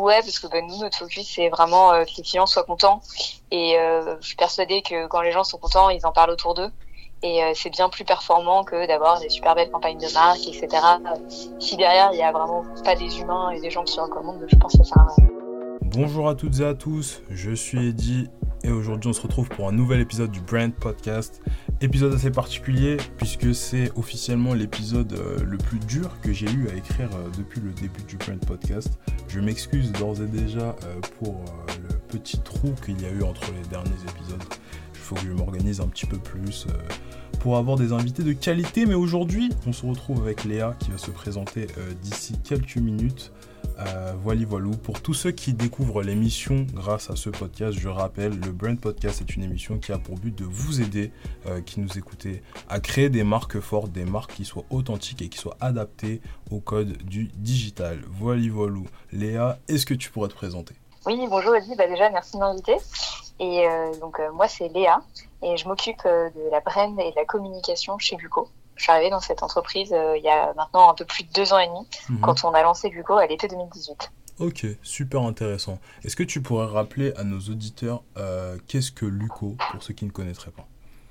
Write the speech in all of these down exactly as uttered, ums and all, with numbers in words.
Ouais, parce que bah, nous, notre focus, c'est vraiment euh, que les clients soient contents. Et euh, je suis persuadée que quand les gens sont contents, ils en parlent autour d'eux. Et euh, c'est bien plus performant que d'avoir des super belles campagnes de marque, et cetera. Si derrière, il y a vraiment pas des humains et des gens qui recommandent, je pense que ça sert à rien. Bonjour à toutes et à tous, je suis Eddy et aujourd'hui on se retrouve pour un nouvel épisode du Brand Podcast. Épisode assez particulier puisque c'est officiellement l'épisode euh, le plus dur que j'ai eu à écrire euh, depuis le début du Brand Podcast. Je m'excuse d'ores et déjà euh, pour euh, le petit trou qu'il y a eu entre les derniers épisodes. Il faut que je m'organise un petit peu plus euh, pour avoir des invités de qualité, mais aujourd'hui on se retrouve avec Léa qui va se présenter euh, d'ici quelques minutes. Euh, voilà, voilou. Pour tous ceux qui découvrent l'émission grâce à ce podcast, je rappelle, le Brand Podcast est une émission qui a pour but de vous aider, euh, qui nous écoutez, à créer des marques fortes, des marques qui soient authentiques et qui soient adaptées au code du digital. Voilà, voilou. Léa, est-ce que tu pourrais te présenter ? Oui, bonjour Eddy, bah déjà merci de m'inviter. Et euh, donc euh, moi c'est Léa et je m'occupe euh, de la brand et de la communication chez Buco. Je suis arrivée dans cette entreprise euh, il y a maintenant un peu plus de deux ans et demi, mmh. quand on a lancé Buco à l'été deux mille dix-huit. Ok, super intéressant. Est-ce que tu pourrais rappeler à nos auditeurs euh, qu'est-ce que Luco, pour ceux qui ne connaîtraient pas ?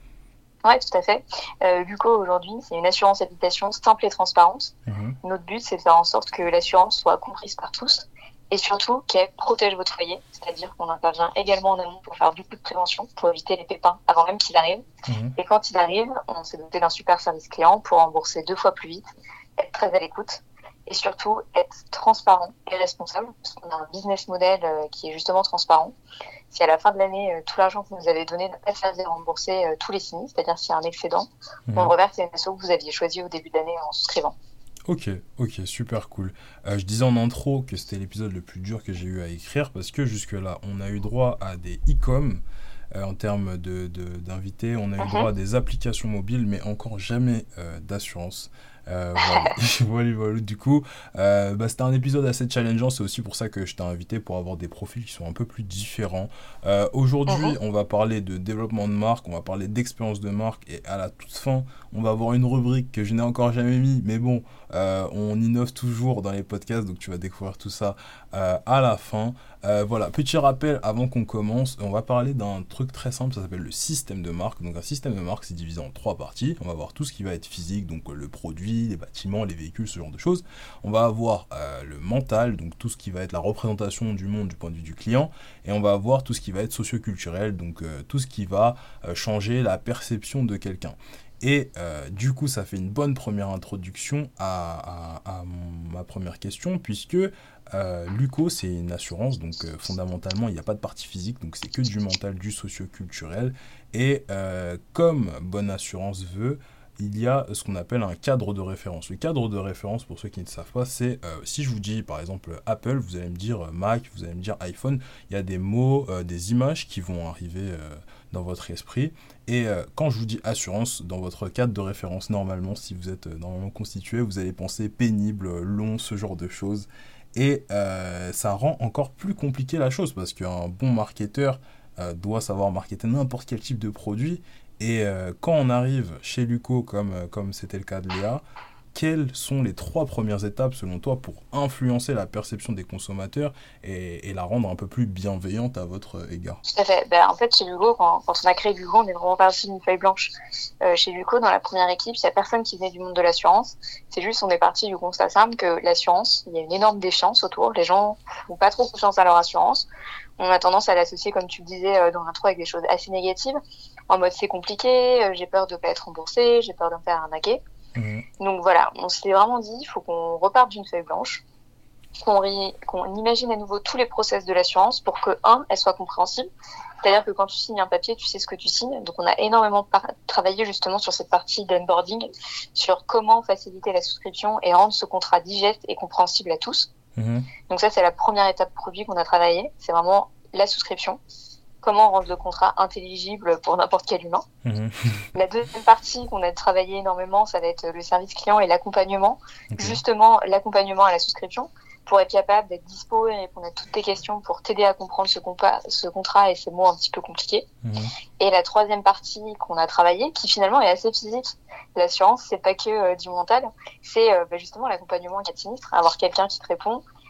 Oui, tout à fait. Euh, Luco, aujourd'hui, c'est une assurance habitation simple et transparente. Mmh. Notre but, c'est de faire en sorte que l'assurance soit comprise par tous et surtout qu'elle protège votre foyer, c'est-à-dire qu'on intervient également en amont pour faire beaucoup de prévention, pour éviter les pépins avant même qu'il arrive. Mmh. Et quand il arrive, on s'est doté d'un super service client pour rembourser deux fois plus vite, être très à l'écoute et surtout être transparent et responsable, parce qu'on a un business model euh, qui est justement transparent. Si à la fin de l'année, euh, tout l'argent que vous nous avez donné n'a pas servi à rembourser euh, tous les sinistres, c'est-à-dire s'il y a un excédent, mmh. on le reverse à une asso que vous aviez choisi au début de l'année en souscrivant. Ok, ok, super cool. Euh, je disais en intro que c'était l'épisode le plus dur que j'ai eu à écrire parce que jusque-là, on a eu droit à des e-com euh, en termes de, de, d'invités, on a eu uh-huh. droit à des applications mobiles, mais encore jamais euh, d'assurance. Euh, voilà. voilà, voilà, du coup, euh, bah, c'était un épisode assez challengeant, c'est aussi pour ça que je t'ai invité pour avoir des profils qui sont un peu plus différents. Euh, aujourd'hui, uh-huh. on va parler de développement de marque, on va parler d'expérience de marque et à la toute fin, on va avoir une rubrique que je n'ai encore jamais mis, mais bon, euh, on innove toujours dans les podcasts, donc tu vas découvrir tout ça euh, à la fin. Euh, voilà, petit rappel avant qu'on commence, on va parler d'un truc très simple, ça s'appelle le système de marque. Donc un système de marque, c'est divisé en trois parties. On va voir tout ce qui va être physique, donc le produit, les bâtiments, les véhicules, ce genre de choses. On va avoir euh, le mental, donc tout ce qui va être la représentation du monde du point de vue du client. Et on va avoir tout ce qui va être socioculturel, donc euh, tout ce qui va euh, changer la perception de quelqu'un. Et euh, du coup, ça fait une bonne première introduction à, à, à mon, ma première question, puisque euh, Luco, c'est une assurance, donc euh, fondamentalement, il n'y a pas de partie physique, donc c'est que du mental, du socio-culturel. Et euh, comme bonne assurance veut, il y a ce qu'on appelle un cadre de référence. Le cadre de référence, pour ceux qui ne savent pas, c'est euh, si je vous dis par exemple Apple, vous allez me dire Mac, vous allez me dire iPhone, il y a des mots, euh, des images qui vont arriver euh, dans votre esprit. Et euh, quand je vous dis assurance, dans votre cadre de référence, normalement, si vous êtes normalement constitué, vous allez penser pénible, long, ce genre de choses. Et euh, ça rend encore plus compliqué la chose parce qu'un bon marketeur euh, doit savoir marketer n'importe quel type de produit. Et euh, quand on arrive chez Luco, comme, euh, comme c'était le cas de Léa, quelles sont les trois premières étapes selon toi pour influencer la perception des consommateurs et, et la rendre un peu plus bienveillante à votre égard ? Tout à fait. Ben, en fait, chez Luco, quand, quand on a créé Luco, on est vraiment parti d'une feuille blanche. Euh, chez Luco, dans la première équipe, il n'y a personne qui venait du monde de l'assurance. C'est juste, on est parti du constat simple que l'assurance, il y a une énorme défiance autour. Les gens n'ont pas trop confiance à leur assurance. On a tendance à l'associer, comme tu le disais dans l'intro, avec des choses assez négatives. En mode, c'est compliqué, j'ai peur de ne pas être remboursé, j'ai peur de me faire arnaquer. Mmh. Donc voilà, on s'est vraiment dit, il faut qu'on reparte d'une feuille blanche, qu'on, ri, qu'on imagine à nouveau tous les process de l'assurance pour que, un, elle soit compréhensible. C'est-à-dire que quand tu signes un papier, tu sais ce que tu signes. Donc on a énormément par- travaillé justement sur cette partie d'onboarding, sur comment faciliter la souscription et rendre ce contrat digeste et compréhensible à tous. Mmh. Donc ça, c'est la première étape produit qu'on a travaillé, c'est vraiment la souscription. Comment rendre le contrat intelligible pour n'importe quel humain. Mmh. La deuxième partie qu'on a travaillé énormément, ça va être le service client et l'accompagnement. Okay. Justement, l'accompagnement à la souscription pour être capable d'être dispo et répondre à toutes tes questions pour t'aider à comprendre ce, compa- ce contrat et ces mots un petit peu compliqués. Mmh. Et la troisième partie qu'on a travaillé, qui finalement est assez physique, l'assurance, c'est pas que euh, du mental, c'est euh, bah, justement l'accompagnement en cas de sinistre, avoir quelqu'un qui te répond,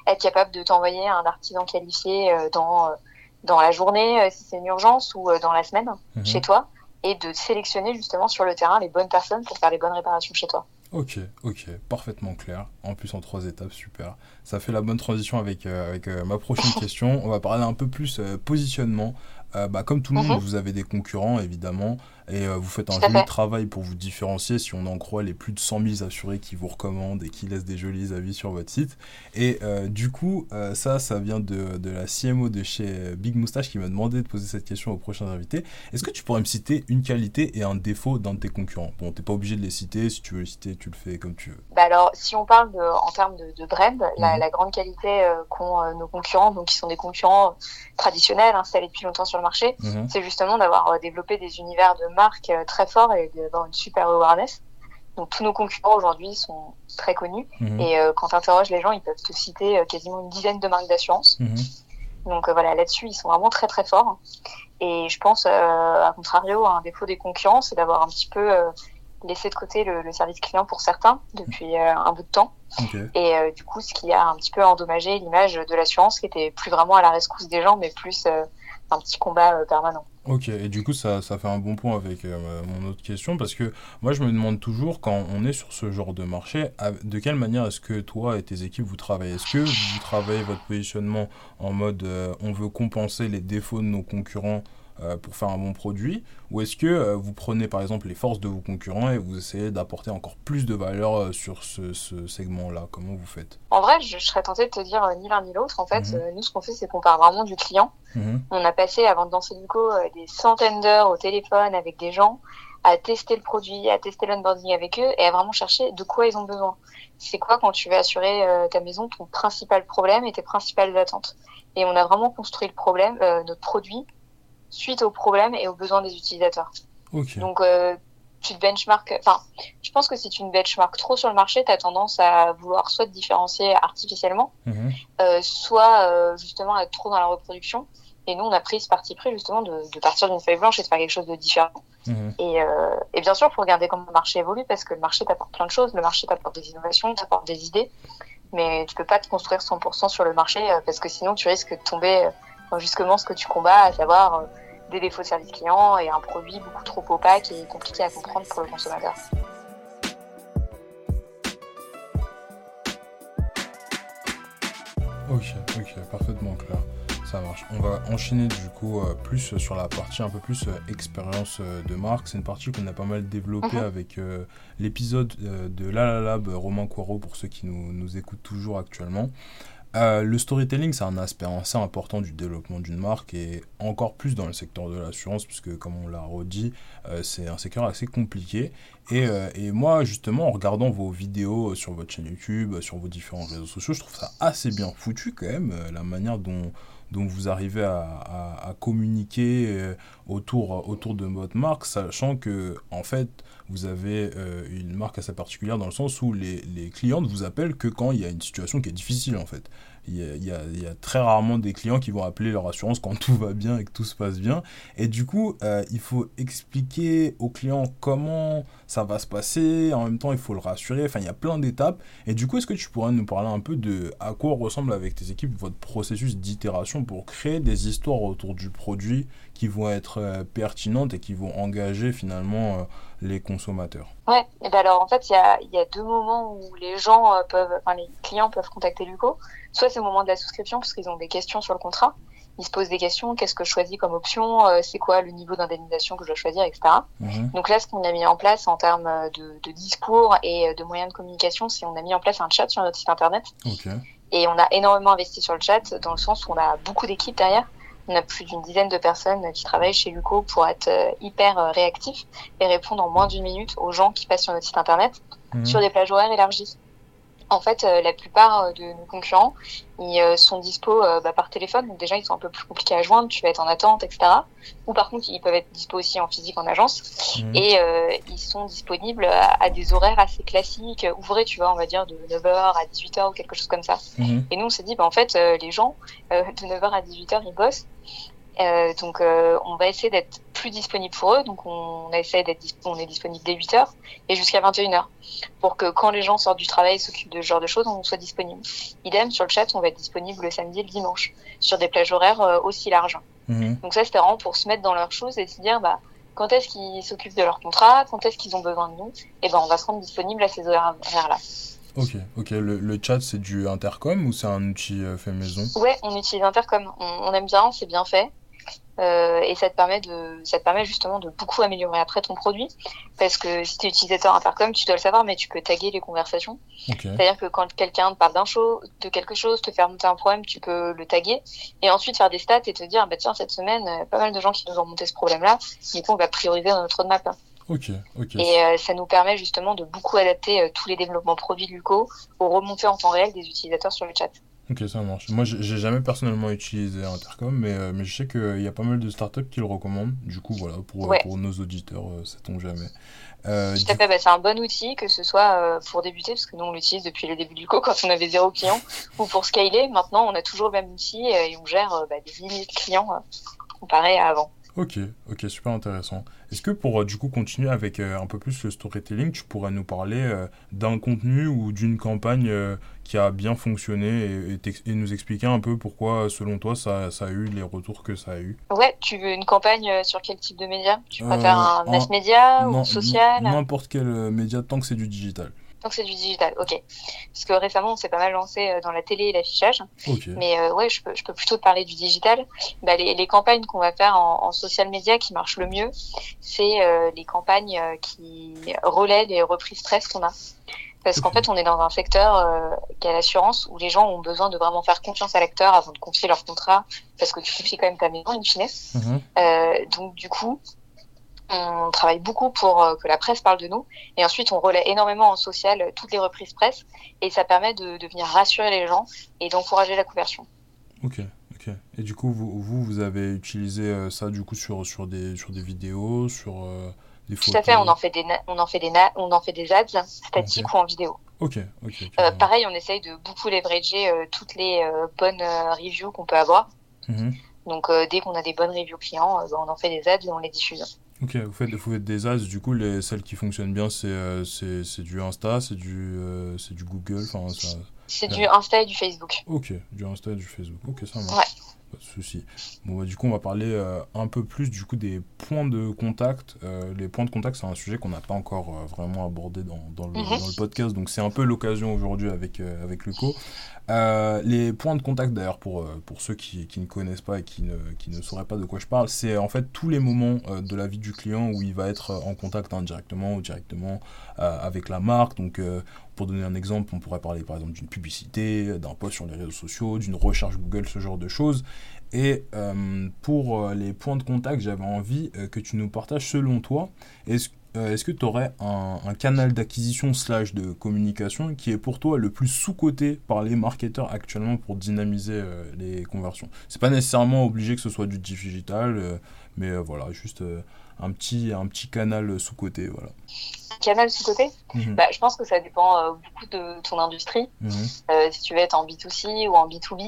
être capable de t'envoyer un artisan qualifié euh, dans, euh, dans la journée, euh, si c'est une urgence, ou euh, dans la semaine, mmh. chez toi, et de sélectionner justement sur le terrain les bonnes personnes pour faire les bonnes réparations chez toi. Ok, ok, parfaitement clair. En plus, en trois étapes, super. Ça fait la bonne transition avec, euh, avec euh, ma prochaine question. On va parler un peu plus euh, positionnement. Euh, bah, comme tout le monde, mm-hmm. vous avez des concurrents, évidemment, et euh, vous faites un joli travail pour vous différencier, si on en croit les plus de cent mille assurés qui vous recommandent et qui laissent des jolis avis sur votre site. Et euh, du coup, euh, ça, ça vient de, de la C M O de chez Big Moustache qui m'a demandé de poser cette question aux prochains invités. Est-ce que tu pourrais me citer une qualité et un défaut d'un de tes concurrents? Bon, t'es pas obligé de les citer, si tu veux les citer, tu le fais comme tu veux. Bah alors, si on parle de, en termes de, de brand, mm-hmm. la, la grande qualité euh, qu'ont euh, nos concurrents, donc qui sont des concurrents traditionnels, installés depuis longtemps sur le marché, mm-hmm. c'est justement d'avoir euh, développé des univers de marque euh, très forts et d'avoir une super awareness. Donc tous nos concurrents aujourd'hui sont très connus mm-hmm. et euh, quand tu interroges les gens, ils peuvent te citer euh, quasiment une dizaine de marques d'assurance. Mm-hmm. Donc euh, voilà, là-dessus, ils sont vraiment très très forts. Et je pense, euh, à contrario, un défaut des concurrents, c'est d'avoir un petit peu euh, laissé de côté le, le service client pour certains depuis euh, un bout de temps. Okay. Et euh, du coup, ce qui a un petit peu endommagé l'image de l'assurance, qui était plus vraiment à la rescousse des gens, mais plus euh, un petit combat euh, permanent. Ok, et du coup, ça, ça fait un bon point avec euh, mon autre question, parce que moi, je me demande toujours, quand on est sur ce genre de marché, de quelle manière est-ce que toi et tes équipes, vous travaillez? Est-ce que vous travaillez votre positionnement en mode euh, on veut compenser les défauts de nos concurrents euh, pour faire un bon produit, ou est-ce que euh, vous prenez par exemple les forces de vos concurrents et vous essayez d'apporter encore plus de valeur euh, sur ce, ce segment-là? Comment vous faites? En vrai, je, je serais tentée de te dire euh, ni l'un ni l'autre. En fait, mm-hmm. euh, nous, ce qu'on fait, c'est qu'on part vraiment du client. Mm-hmm. On a passé, avant de lancer Luco, euh, des centaines d'heures au téléphone avec des gens, à tester le produit, à tester l'onboarding avec eux et à vraiment chercher de quoi ils ont besoin. C'est quoi, quand tu veux assurer euh, ta maison, ton principal problème et tes principales attentes. Et on a vraiment construit le problème, euh, notre produit, suite aux problèmes et aux besoins des utilisateurs. Okay. Donc, euh, tu te benchmarks... Enfin, je pense que si tu ne benchmarks trop sur le marché, tu as tendance à vouloir soit te différencier artificiellement, mm-hmm. euh, soit euh, justement être trop dans la reproduction. Et nous, on a pris ce parti pris justement de, de partir d'une feuille blanche et de faire quelque chose de différent. Mm-hmm. Et, euh, et bien sûr, il faut regarder comment le marché évolue, parce que le marché t'apporte plein de choses. Le marché t'apporte des innovations, t'apporte des idées. Mais tu peux pas te construire cent pour cent sur le marché, euh, parce que sinon, tu risques de tomber... Euh, justement ce que tu combats, à savoir euh, des défauts de service client et un produit beaucoup trop opaque et compliqué à comprendre pour le consommateur. Ok, ok, parfaitement clair. Ça marche. On va enchaîner du coup euh, plus sur la partie un peu plus euh, expérience euh, de marque. C'est une partie qu'on a pas mal développée mm-hmm. avec euh, l'épisode euh, de La La Lab, Romain Coirot, pour ceux qui nous, nous écoutent toujours actuellement. Euh, le storytelling, c'est un aspect assez important du développement d'une marque, et encore plus dans le secteur de l'assurance, puisque comme on l'a redit, euh, c'est un secteur assez compliqué. Et, euh, et moi, justement, en regardant vos vidéos sur votre chaîne YouTube, sur vos différents réseaux sociaux, je trouve ça assez bien foutu quand même, euh, la manière dont, dont vous arrivez à, à, à communiquer euh, autour, autour de votre marque, sachant que, en fait, vous avez euh, une marque assez particulière dans le sens où les, les clients ne vous appellent que quand il y a une situation qui est difficile, en fait. Il y, a, il, y a, il y a très rarement des clients qui vont appeler leur assurance quand tout va bien et que tout se passe bien. Et du coup, euh, il faut expliquer aux clients comment ça va se passer. En même temps, il faut le rassurer. Enfin, il y a plein d'étapes. Et du coup, est-ce que tu pourrais nous parler un peu de à quoi ressemble avec tes équipes votre processus d'itération pour créer des histoires autour du produit qui vont être euh, pertinentes et qui vont engager finalement euh, les consommateurs? Ouais, et ben alors en fait, il y a, y a deux moments où les gens euh, peuvent, enfin les clients peuvent contacter Luco. Soit c'est au moment de la souscription, parce qu'ils ont des questions sur le contrat. Ils se posent des questions, qu'est-ce que je choisis comme option, euh, c'est quoi le niveau d'indemnisation que je dois choisir, et cetera. Mmh. Donc là, ce qu'on a mis en place en termes de, de discours et de moyens de communication, c'est qu'on a mis en place un chat sur notre site internet. Okay. Et on a énormément investi sur le chat, dans le sens où on a beaucoup d'équipes derrière. On a plus d'une dizaine de personnes qui travaillent chez Luco pour être hyper réactifs et répondre en moins d'une minute aux gens qui passent sur notre site internet, mmh. sur des plages horaires élargies. En fait, euh, la plupart de nos concurrents, ils euh, sont dispo euh, bah, par téléphone. Donc déjà, ils sont un peu plus compliqués à joindre. Tu vas être en attente, et cetera. Ou par contre, ils peuvent être dispo aussi en physique en agence. Mmh. Et euh, ils sont disponibles à, à des horaires assez classiques, ouvrés, tu vois, on va dire de neuf heures à dix-huit heures ou quelque chose comme ça. Mmh. Et nous, on s'est dit, bah, en fait, euh, les gens, euh, de neuf heures à dix-huit heures, ils bossent. Euh, donc, euh, on va essayer d'être plus disponible pour eux. Donc, on, on essaie d'être dis- on est disponible dès huit heures et jusqu'à vingt et une heures pour que quand les gens sortent du travail et s'occupent de ce genre de choses, on soit disponible. Idem, sur le chat, on va être disponible le samedi et le dimanche sur des plages horaires euh, aussi larges. Mhm. Donc ça, c'était vraiment pour se mettre dans leurs choses et se dire, bah, quand est-ce qu'ils s'occupent de leur contrat, quand est-ce qu'ils ont besoin de nous, et ben on va se rendre disponible à ces horaires-là. Ok, ok. Le, le chat, c'est du intercom ou c'est un outil euh, fait maison? Ouais, on utilise Intercom. On, on aime bien, c'est bien fait. Euh, et ça te permet de, ça te permet justement de beaucoup améliorer après ton produit. Parce que si tu es utilisateur Intercom, tu dois le savoir, mais tu peux taguer les conversations. Ok. C'est-à-dire que quand quelqu'un te parle d'un show, de quelque chose, te faire monter un problème, tu peux le taguer. Et ensuite faire des stats et te dire, bah tiens, cette semaine, euh, pas mal de gens qui nous ont monté ce problème-là. Du coup, on va prioriser dans notre roadmap. Ok, ok. Et euh, ça nous permet justement de beaucoup adapter euh, tous les développements produits de Luco aux remontées en temps réel des utilisateurs sur le chat. Ok, ça marche. Moi, j'ai j'ai jamais personnellement utilisé Intercom, mais, euh, mais je sais qu'il y a pas mal de startups qui le recommandent. Du coup, voilà, pour, euh, Ouais, pour nos auditeurs, euh, ça tombe jamais. Euh, tout à du fait. Bah, c'est un bon outil, que ce soit euh, pour débuter, parce que nous on l'utilise depuis le début du Luco quand on avait zéro client, ou pour scaler. Maintenant, on a toujours le même outil euh, et on gère euh, bah, des milliers de clients euh, comparé à avant. Ok, ok, super intéressant. Est-ce que pour euh, du coup continuer avec euh, un peu plus le storytelling, tu pourrais nous parler euh, d'un contenu ou d'une campagne euh, qui a bien fonctionné et, et t'ex- et nous expliquer un peu pourquoi, selon toi, ça, ça a eu les retours que ça a eu? Ouais, tu veux une campagne euh, sur quel type de média? Tu préfères Euh, un mass un- média ou non, n- social? n'importe quel euh, média tant que c'est du digital. Donc c'est du digital, ok. Parce que récemment, on s'est pas mal lancé euh, dans la télé et l'affichage. Ok, Mais euh, ouais, je peux, je peux plutôt te parler du digital. Bah, les, les campagnes qu'on va faire en, en social media qui marchent le mieux, c'est euh, les campagnes euh, qui relaient les reprises presse qu'on a. Parce qu'en ok. fait, on est dans un secteur euh, qui a l'assurance où les gens ont besoin de vraiment faire confiance à l'acteur avant de confier leur contrat, parce que tu confies quand même ta maison, in fine. Mhm. Euh, donc du coup, on travaille beaucoup pour euh, que la presse parle de nous. Et ensuite, on relaie énormément en social euh, toutes les reprises presse. Et ça permet de, de venir rassurer les gens et d'encourager la conversion. Ok, ok. Et du coup, vous, vous, vous avez utilisé euh, ça du coup sur, sur des, sur des vidéos, sur euh, des Tout à fait, on photos. en fait des, na- on en fait des, na- on en fait des ads Ok, statiques ou en vidéo. ok, ok, Euh, carrément. pareil, on essaye de beaucoup leverager euh, toutes les euh, bonnes euh, reviews qu'on peut avoir. Mhm. Donc, euh, dès qu'on a des bonnes reviews clients, euh, bah, on en fait des ads et on les diffuse. Ok, vous faites, vous faites des ads, du coup, les, celles qui fonctionnent bien, c'est euh, c'est, c'est du Insta, c'est du, euh, c'est du Google, enfin, ça... C'est là. du Insta et du Facebook. Ok, du Insta et du Facebook, ok, ça Ouais. marche. Pas de souci. Bon, bah, du coup, on va parler euh, un peu plus du coup des points de contact. Euh, les points de contact, c'est un sujet qu'on n'a pas encore euh, vraiment abordé dans, dans le, Mhm. dans le podcast, donc c'est un peu l'occasion aujourd'hui avec, euh, avec Luco. Euh, les points de contact, d'ailleurs, pour, euh, pour ceux qui, qui ne connaissent pas et qui ne, qui ne sauraient pas de quoi je parle, c'est en fait tous les moments euh, de la vie du client où il va être en contact indirectement ou directement euh, avec la marque. Donc, euh, pour donner un exemple, on pourrait parler par exemple d'une publicité, d'un post sur les réseaux sociaux, d'une recherche Google, ce genre de choses. Et euh, pour euh, les points de contact, j'avais envie euh, que tu nous partages selon toi, est-ce euh, est-ce que tu aurais un, un canal d'acquisition slash de communication qui est pour toi le plus sous-coté par les marketeurs actuellement pour dynamiser euh, les conversions? C'est pas nécessairement obligé que ce soit du digital, euh, mais euh, voilà, juste euh, un, petit, un petit canal sous-coté, voilà. Canal sous-côté? Mhm, Bah, je pense que ça dépend euh, beaucoup de ton industrie. mhm, Euh, si tu veux être en B deux C ou en B deux B.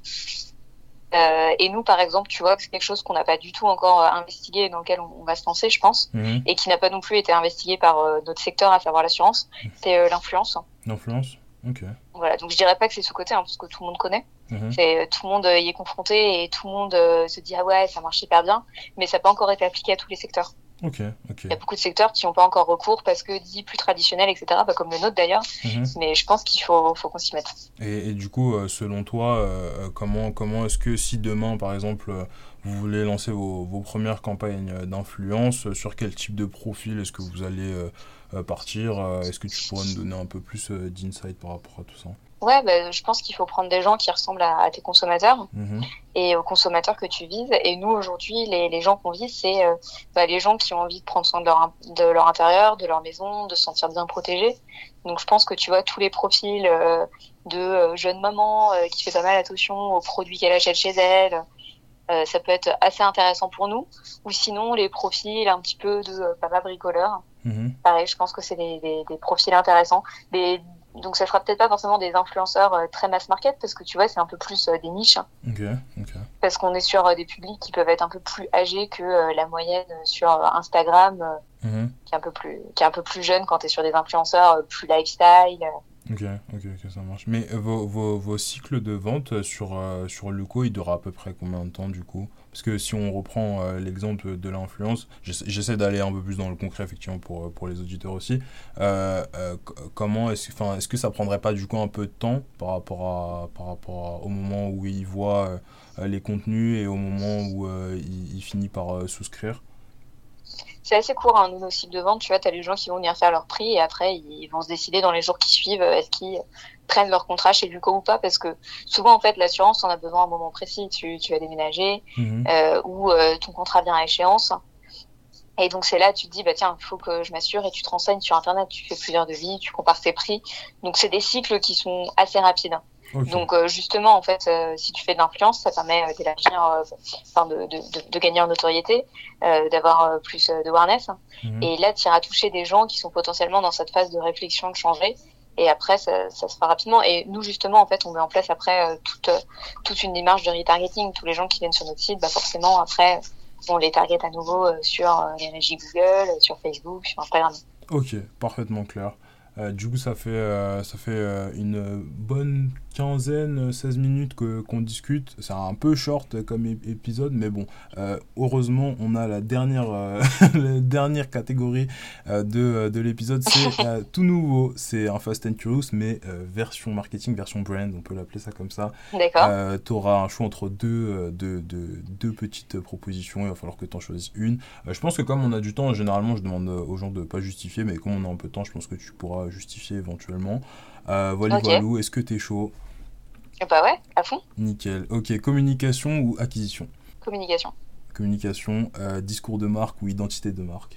Euh, et nous, par exemple, tu vois, c'est quelque chose qu'on n'a pas du tout encore euh, investigué et dans lequel on, on va se lancer, je pense, mhm. et qui n'a pas non plus été investigué par euh, notre secteur, à savoir l'assurance, c'est euh, l'influence. L'influence? Ok. Voilà, donc je dirais pas que c'est sous-côté, hein, parce que tout le monde connaît. Mhm. C'est euh, tout le monde euh, y est confronté et tout le monde euh, se dit ah ouais, ça marche hyper bien, mais ça n'a pas encore été appliqué à tous les secteurs. Ok, ok. Il y a beaucoup de secteurs qui n'ont pas encore recours parce que dit plus traditionnels, et cetera. Bah, comme le nôtre d'ailleurs. Mhm. Mais je pense qu'il faut, faut qu'on s'y mette. Et, et du coup, euh, selon toi, euh, comment, comment est-ce que si demain, par exemple, euh, vous voulez lancer vos, vos premières campagnes euh, d'influence, euh, sur quel type de profil est-ce que vous allez euh, euh, partir? euh, Est-ce que tu pourrais nous donner un peu plus euh, d'insight par rapport à tout ça? Ouais, bah, je pense qu'il faut prendre des gens qui ressemblent à, à tes consommateurs Mhm. et aux consommateurs que tu vises. Et nous, aujourd'hui, les, les gens qu'on vise, c'est euh, bah, les gens qui ont envie de prendre soin de leur, de leur intérieur, de leur maison, de se sentir bien protégés. Donc, je pense que tu vois tous les profils euh, de euh, jeune maman euh, qui fait pas mal attention aux produits qu'elle achète chez elle. Euh, ça peut être assez intéressant pour nous. Ou sinon, les profils un petit peu de euh, papa bricoleur. Mhm. Pareil, je pense que c'est des, des, des profils intéressants. Des, donc ça sera peut-être pas forcément des influenceurs euh, très mass market parce que tu vois c'est un peu plus euh, des niches. Hein, Ok, ok. parce qu'on est sur euh, des publics qui peuvent être un peu plus âgés que euh, la moyenne sur euh, Instagram, euh, Mhm. qui est un peu plus qui est un peu plus jeune quand t'es sur des influenceurs euh, plus lifestyle. euh. Ok, ok, ok, ça marche. Mais euh, vos, vos, vos cycles de vente euh, sur, euh, sur Luco, ils durent à peu près combien de temps du coup? Parce que si on reprend euh, l'exemple de l'influence, j'essa- j'essaie d'aller un peu plus dans le concret effectivement pour, euh, pour les auditeurs aussi. Euh, euh, c- comment est-ce, enfin, est-ce que ça prendrait pas du coup un peu de temps par rapport à, par rapport à- au moment où il voit euh, les contenus et au moment où euh, il, il finit par euh, souscrire? C'est assez court, hein, nous, nos cycles de vente. Tu vois, tu as les gens qui vont venir faire leur prix et après, ils vont se décider dans les jours qui suivent euh, est-ce qu'ils prennent leur contrat chez Luco ou pas. Parce que souvent, en fait, l'assurance, on a besoin à un moment précis. Tu, tu vas déménager Mhm. euh, ou euh, ton contrat vient à échéance. Et donc, c'est là, tu te dis, bah tiens, il faut que je m'assure et tu te renseignes sur Internet. Tu fais plusieurs devis, tu compares tes prix. Donc, c'est des cycles qui sont assez rapides. Ok, Donc euh, justement, en fait, euh, si tu fais de l'influence, ça permet euh, d'élargir, euh, enfin de, de, de, de gagner en notoriété, euh, d'avoir euh, plus euh, de awareness. Mhm. Et là, tu iras toucher des gens qui sont potentiellement dans cette phase de réflexion, de changer. Et après, ça, ça se fera rapidement. Et nous, justement, en fait, on met en place après euh, toute, euh, toute une démarche de retargeting. Tous les gens qui viennent sur notre site, bah forcément, après, on les target à nouveau euh, sur euh, les régies Google, euh, sur Facebook, sur Instagram. ok, parfaitement clair. Euh, du coup, ça fait, euh, ça fait euh, une bonne quinzaine, seize minutes que, qu'on discute. C'est un peu short comme ép- épisode, mais bon, euh, heureusement, on a la dernière, euh, la dernière catégorie euh, de, de l'épisode. C'est euh, tout nouveau. C'est un Fast and Curious, mais euh, version marketing, version brand, on peut l'appeler ça comme ça. D'accord. Euh, tu auras un choix entre deux, euh, deux, deux, deux petites propositions. Il va falloir que tu en choisisses une. Euh, je pense que comme on a du temps, généralement, je demande euh, aux gens de ne pas justifier, mais comme on a un peu de temps, je pense que tu pourras justifier éventuellement. Euh, voilà, Ok. voilou, est-ce que t'es chaud? Bah ouais, à fond. Nickel. Ok, communication ou acquisition? Communication. Communication, euh, discours de marque ou identité de marque?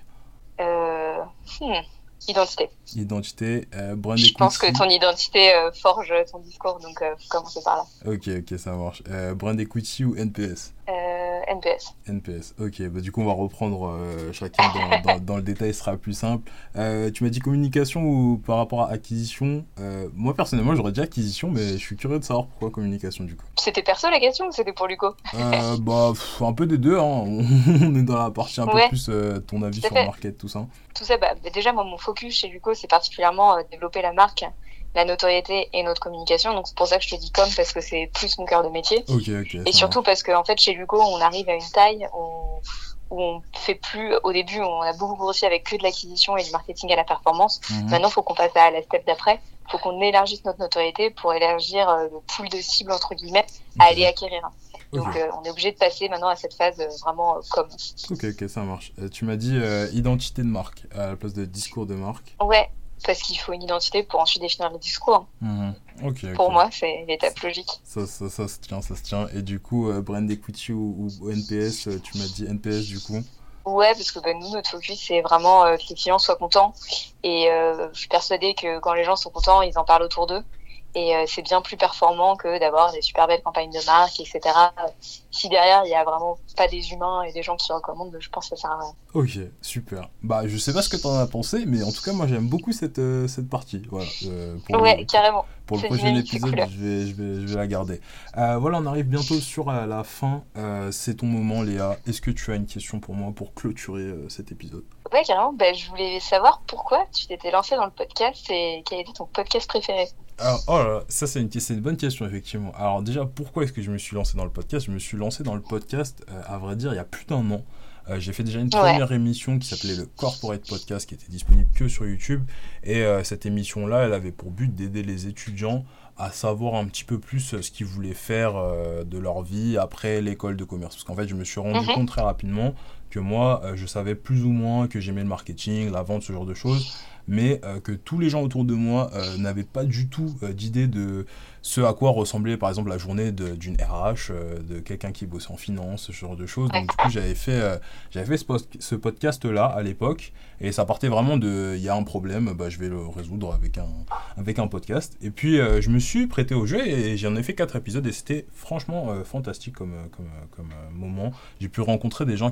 Euh, hmm, Identité. Identité, euh, brand Je pense que equity. ton identité euh, forge ton discours, donc euh, faut commencer par là. Ok, ok, ça marche. Euh, brand equity ou N P S? Euh, N P S. N P S, ok, bah du coup on va reprendre euh, chacun dans, dans, dans le détail, ce sera plus simple. Euh, tu m'as dit communication ou par rapport à acquisition? Euh, moi personnellement j'aurais dit acquisition, mais je suis curieux de savoir pourquoi communication du coup. C'était perso la question ou c'était pour Luco? Euh, bah pff, un peu des deux, hein. On est dans la partie un peu Ouais, plus euh, ton avis tout à sur le fait. market, tout ça. Tout ça, bah, bah, déjà, moi, mon focus chez Luco, c'est particulièrement euh, développer la marque, la notoriété et notre communication. Donc, c'est pour ça que je te dis com, parce que c'est plus mon cœur de métier. Ok, ok, Et ça surtout marche. parce qu'en fait, chez Luco, on arrive à une taille où, où on fait plus, au début, on a beaucoup grossi avec que de l'acquisition et du marketing à la performance. Mhm. Maintenant, il faut qu'on passe à la step d'après. Il faut qu'on élargisse notre notoriété pour élargir euh, le pool de cibles, entre guillemets, à Ok, aller acquérir. Donc, ok, euh, on est obligé de passer maintenant à cette phase euh, vraiment euh, com. ok, ok, ça marche. Euh, tu m'as dit euh, identité de marque à la place de discours de marque. Ouais, parce qu'il faut une identité pour ensuite définir le discours. Mhm. Ok, Pour ok. moi, c'est l'étape logique. Ça, ça, ça se tient, ça se tient. Et du coup, euh, brand equity ou, ou N P S, euh, tu m'as dit N P S du coup. Ouais, parce que bah, nous, notre focus, c'est vraiment euh, que les clients soient contents. Et euh, je suis persuadée que quand les gens sont contents, ils en parlent autour d'eux. Et euh, c'est bien plus performant que d'avoir des super belles campagnes de marque, et cetera. Si derrière, il y a vraiment pas des humains et des gens qui recommandent, je pense que ça sert à rien. Ok, super. Bah, je sais pas ce que t'en as pensé, mais en tout cas, moi j'aime beaucoup cette, euh, cette partie. Voilà, euh, pour Ouais, le, carrément. pour le C'est prochain dynamique, c'est épisode, cool. je vais, je vais, je vais la garder. Euh, voilà, on arrive bientôt sur euh, la fin. Euh, c'est ton moment, Léa. Est-ce que tu as une question pour moi pour clôturer euh, cet épisode? Ouais, carrément. Bah, je voulais savoir pourquoi tu t'étais lancé dans le podcast et quel était ton podcast préféré. Alors, oh là là, ça c'est une, c'est une bonne question, effectivement. Alors déjà, pourquoi est-ce que je me suis lancé dans le podcast? Je me suis lancé dans le podcast, euh, à vrai dire, il y a plus d'un an. Euh, j'ai fait déjà une Ouais. première émission qui s'appelait le Corporate Podcast, qui était disponible que sur YouTube. Et euh, cette émission-là, elle avait pour but d'aider les étudiants à savoir un petit peu plus euh, ce qu'ils voulaient faire euh, de leur vie après l'école de commerce. Parce qu'en fait, je me suis rendu Mhm. compte très rapidement que moi, euh, je savais plus ou moins que j'aimais le marketing, la vente, ce genre de choses, mais euh, que tous les gens autour de moi euh, n'avaient pas du tout euh, d'idée de ce à quoi ressemblait par exemple la journée de- d'une R H, euh, de quelqu'un qui bossait en finance, ce genre de choses. Ouais. Donc du coup, j'avais fait, euh, j'avais fait ce, post- ce podcast-là à l'époque, et ça partait vraiment de, il y a un problème, bah, je vais le résoudre avec un, avec un podcast. Et puis, euh, je me suis prêté au jeu, et j'en ai fait quatre épisodes, et c'était franchement euh, fantastique comme, euh, comme, euh, comme euh, moment. J'ai pu rencontrer des gens qui étaient vraiment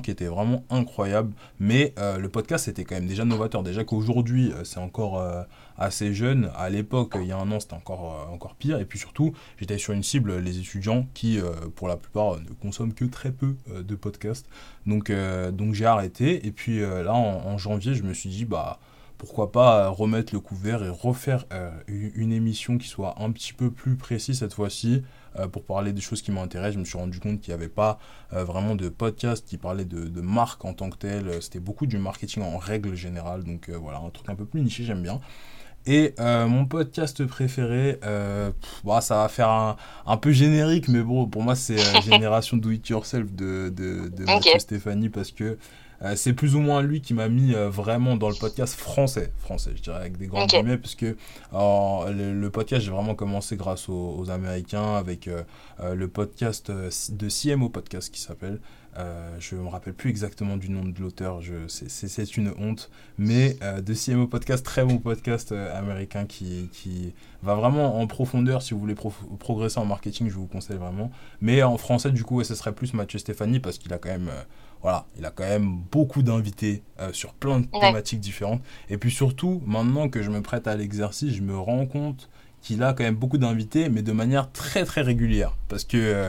vraiment incroyable. Mais euh, le podcast, c'était quand même déjà novateur. Déjà qu'aujourd'hui, euh, c'est encore euh, assez jeune. À l'époque, il y a un an, c'était encore, euh, encore pire. Et puis surtout, j'étais sur une cible, les étudiants, qui, euh, pour la plupart, ne consomment que très peu euh, de podcasts. Donc, euh, donc j'ai arrêté. Et puis euh, là, en, en janvier, je me suis dit, bah, pourquoi pas remettre le couvert et refaire euh, une émission qui soit un petit peu plus précise cette fois-ci, euh, pour parler des choses qui m'intéressent. Je me suis rendu compte qu'il n'y avait pas euh, vraiment de podcast qui parlait de, de marque en tant que telle. C'était beaucoup du marketing en règle générale. Donc euh, voilà, un truc un peu plus niché, j'aime bien. Et euh, mon podcast préféré, euh, pff, bah, ça va faire un, un peu générique, mais bon, pour moi, c'est euh, Génération Do It Yourself de, de, de Mathieu Ok. Stéphanie, parce que euh, c'est plus ou moins lui qui m'a mis euh, vraiment dans le podcast français, français, je dirais, avec des grands Ok. guillemets, parce que alors, le, le podcast, j'ai vraiment commencé grâce aux, aux Américains, avec euh, euh, le podcast euh, de C M O Podcast qui s'appelle. Euh, je me rappelle plus exactement du nom de l'auteur, je, c'est, c'est, c'est une honte, mais euh, de C M O Podcast, très bon podcast euh, américain qui, qui va vraiment en profondeur. Si vous voulez pro- progresser en marketing, je vous conseille vraiment. Mais en français, du coup, ouais, ce serait plus Mathieu Stéphanie, parce qu'il a quand même, euh, voilà, il a quand même beaucoup d'invités euh, sur plein de Ouais. thématiques différentes. Et puis surtout, maintenant que je me prête à l'exercice, je me rends compte qu'il a quand même beaucoup d'invités, mais de manière très très régulière. Parce que euh,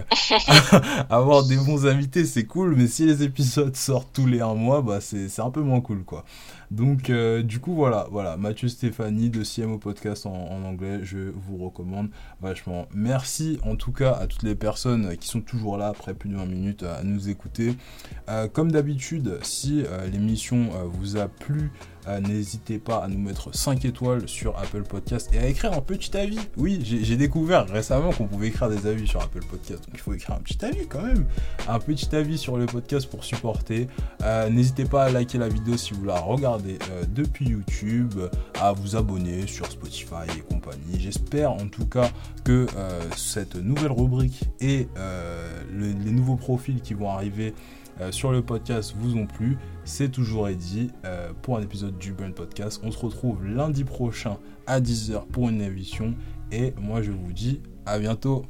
avoir des bons invités, c'est cool, mais si les épisodes sortent tous les un mois, bah c'est, c'est un peu moins cool, quoi. Donc, euh, du coup, voilà, voilà, Mathieu Stéphanie de C M O Podcast en, en anglais, je vous recommande vachement. Merci en tout cas à toutes les personnes qui sont toujours là après plus de vingt minutes à nous écouter. Euh, comme d'habitude, si euh, l'émission euh, vous a plu, euh, n'hésitez pas à nous mettre cinq étoiles sur Apple Podcast et à écrire un petit avis. Oui, j'ai, j'ai découvert récemment qu'on pouvait écrire des avis sur Apple Podcast, donc il faut écrire un petit avis quand même. Un petit avis sur le podcast pour supporter. Euh, n'hésitez pas à liker la vidéo si vous la regardez euh, depuis YouTube, à vous abonner sur Spotify et compagnie. J'espère en tout cas que euh, cette nouvelle rubrique et euh, le, les nouveaux profils qui vont arriver euh, sur le podcast vous ont plu. C'est toujours Eddy euh, pour un épisode du Burn Podcast. On se retrouve lundi prochain à dix heures pour une émission et moi je vous dis à bientôt.